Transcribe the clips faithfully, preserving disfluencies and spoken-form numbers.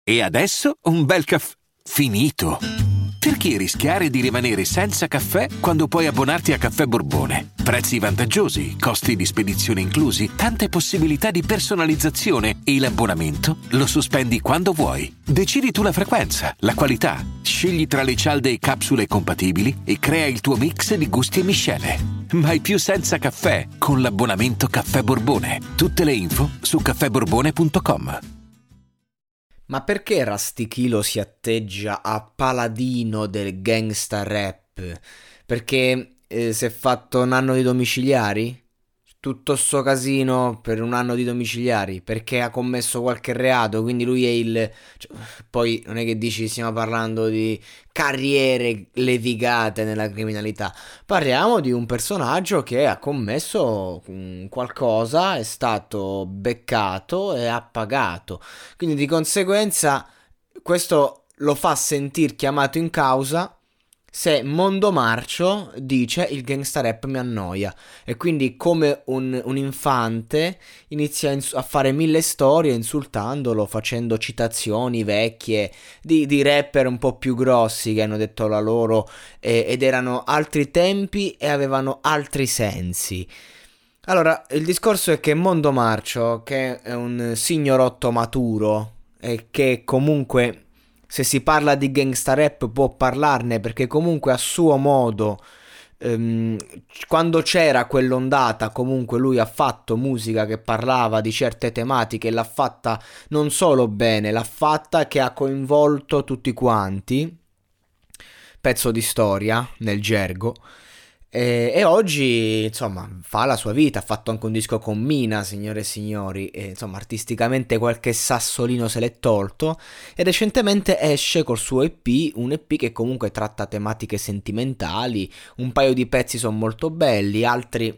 E adesso un bel caffè finito. Perché rischiare di rimanere senza caffè quando puoi abbonarti a Caffè Borbone? Prezzi vantaggiosi, costi di spedizione inclusi, tante possibilità di personalizzazione e l'abbonamento lo sospendi quando vuoi. Decidi tu la frequenza, la qualità, scegli tra le cialde e capsule compatibili e crea il tuo mix di gusti e miscele. Mai più senza caffè con l'abbonamento Caffè Borbone. Tutte le info su caffè borbone punto com. Ma perché Rastichilo si atteggia a paladino del gangsta rap? Perché eh, si è fatto un anno di domiciliari? Tutto sto casino per un anno di domiciliari? Perché ha commesso qualche reato? Quindi lui è il... cioè, poi non è che dici stiamo parlando di carriere levigate nella criminalità. Parliamo di un personaggio che ha commesso mm, qualcosa, è stato beccato e ha pagato. Quindi di conseguenza questo lo fa sentir chiamato in causa se Mondo Marcio dice il gangsta rap mi annoia, e quindi come un, un infante inizia a, ins- a fare mille storie insultandolo, facendo citazioni vecchie di, di rapper un po' più grossi che hanno detto la loro, eh, ed erano altri tempi e avevano altri sensi. Allora, il discorso è che Mondo Marcio, che è un signorotto maturo e che comunque, se si parla di gangsta rap, può parlarne perché comunque a suo modo, ehm, quando c'era quell'ondata, comunque lui ha fatto musica che parlava di certe tematiche e l'ha fatta non solo bene, l'ha fatta che ha coinvolto tutti quanti, pezzo di storia nel gergo. E, e oggi, insomma, fa la sua vita, ha fatto anche un disco con Mina, signore e signori, e insomma, artisticamente qualche sassolino se l'è tolto, e recentemente esce col suo E P, un E P che comunque tratta tematiche sentimentali, un paio di pezzi sono molto belli, altri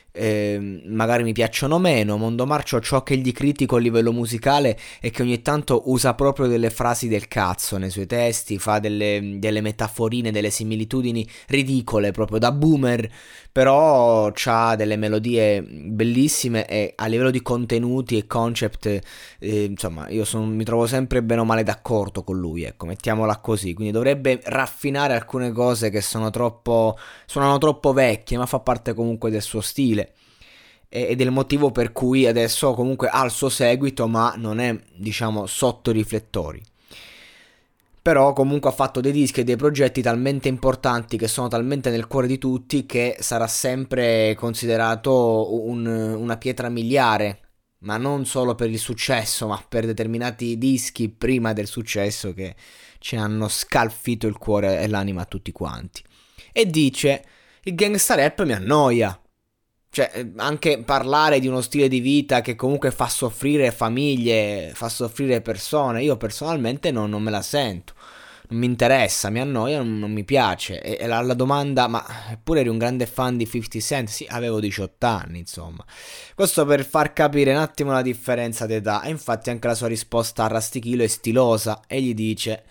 eh, magari mi piacciono meno. Mondo Marcio, ciò che gli critico a livello musicale è che ogni tanto usa proprio delle frasi del cazzo nei suoi testi, fa delle, delle metaforine, delle similitudini ridicole proprio da boomer, però c'ha delle melodie bellissime e a livello di contenuti e concept, eh, insomma, io son, mi trovo sempre bene o male d'accordo con lui, ecco, mettiamola così. Quindi dovrebbe raffinare alcune cose che sono troppo, suonano troppo vecchie, ma fa parte comunque del suo stile ed è il motivo per cui adesso comunque ha il suo seguito, ma non è, diciamo, sotto i riflettori. Però comunque ha fatto dei dischi e dei progetti talmente importanti, che sono talmente nel cuore di tutti, che sarà sempre considerato un, una pietra miliare, ma non solo per il successo, ma per determinati dischi prima del successo che ci hanno scalfito il cuore e l'anima a tutti quanti. E dice: il gangsta rap mi annoia. Cioè, anche parlare di uno stile di vita che comunque fa soffrire famiglie, fa soffrire persone, io personalmente non, non me la sento, non mi interessa, mi annoia, non, non mi piace. E, e la, la domanda: ma eppure eri un grande fan di fifty Cent? Sì, avevo diciotto anni, insomma. Questo per far capire un attimo la differenza d'età. E infatti anche la sua risposta a Rastichilo è stilosa, e gli dice: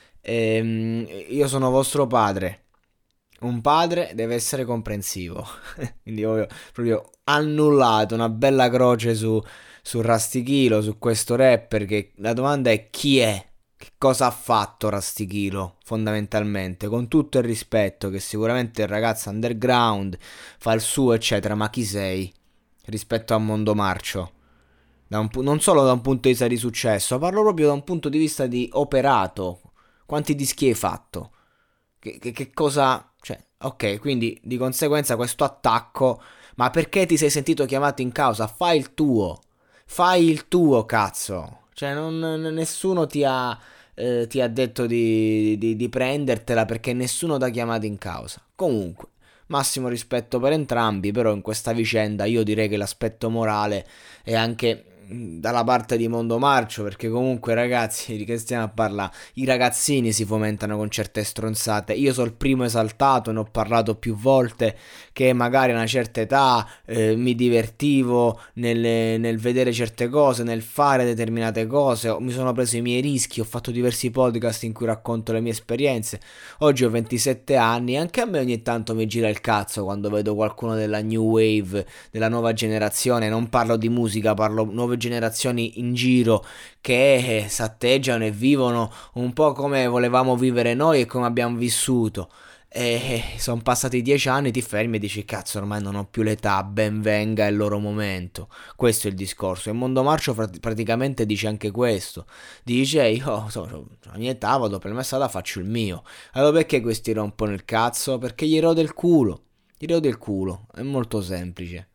ehm, io sono vostro padre. Un padre deve essere comprensivo. Quindi ho proprio annullato una bella croce su, su Rastichilo, su questo rapper, che la domanda è: chi è? Che cosa ha fatto Rastichilo, fondamentalmente? Con tutto il rispetto, che sicuramente è un ragazzo underground, fa il suo eccetera, ma chi sei rispetto a Mondo Marcio? Da un pu- non solo da un punto di vista di successo, parlo proprio da un punto di vista di operato. Quanti dischi hai fatto? Che, che, che cosa... Cioè, ok, quindi di conseguenza questo attacco... Ma perché ti sei sentito chiamato in causa? Fai il tuo. Fai il tuo, cazzo. Cioè, non, nessuno ti ha, eh, ti ha detto di, di, di prendertela, perché nessuno ti ha chiamato in causa. Comunque, massimo rispetto per entrambi, però in questa vicenda io direi che l'aspetto morale è anche dalla parte di Mondo Marcio, perché comunque, ragazzi, di che stiamo a parlare? I ragazzini si fomentano con certe stronzate. Io sono il primo esaltato, ne ho parlato più volte, che magari a una certa età eh, mi divertivo nel, nel vedere certe cose, nel fare determinate cose, mi sono preso i miei rischi, ho fatto diversi podcast in cui racconto le mie esperienze. Oggi ho ventisette anni e anche a me ogni tanto mi gira il cazzo quando vedo qualcuno della new wave, della nuova generazione. Non parlo di musica, parlo nuove generazioni in giro che s'atteggiano e vivono un po' come volevamo vivere noi e come abbiamo vissuto. E sono passati dieci anni, ti fermi e dici cazzo, ormai non ho più l'età, ben venga il loro momento. Questo è il discorso. E Mondo Marcio prat- praticamente dice anche questo. Dice io so, so, la mia età, vado per la strada, faccio il mio. Allora perché questi rompono il cazzo? Perché gli rode il culo. Gli rode il culo, è molto semplice.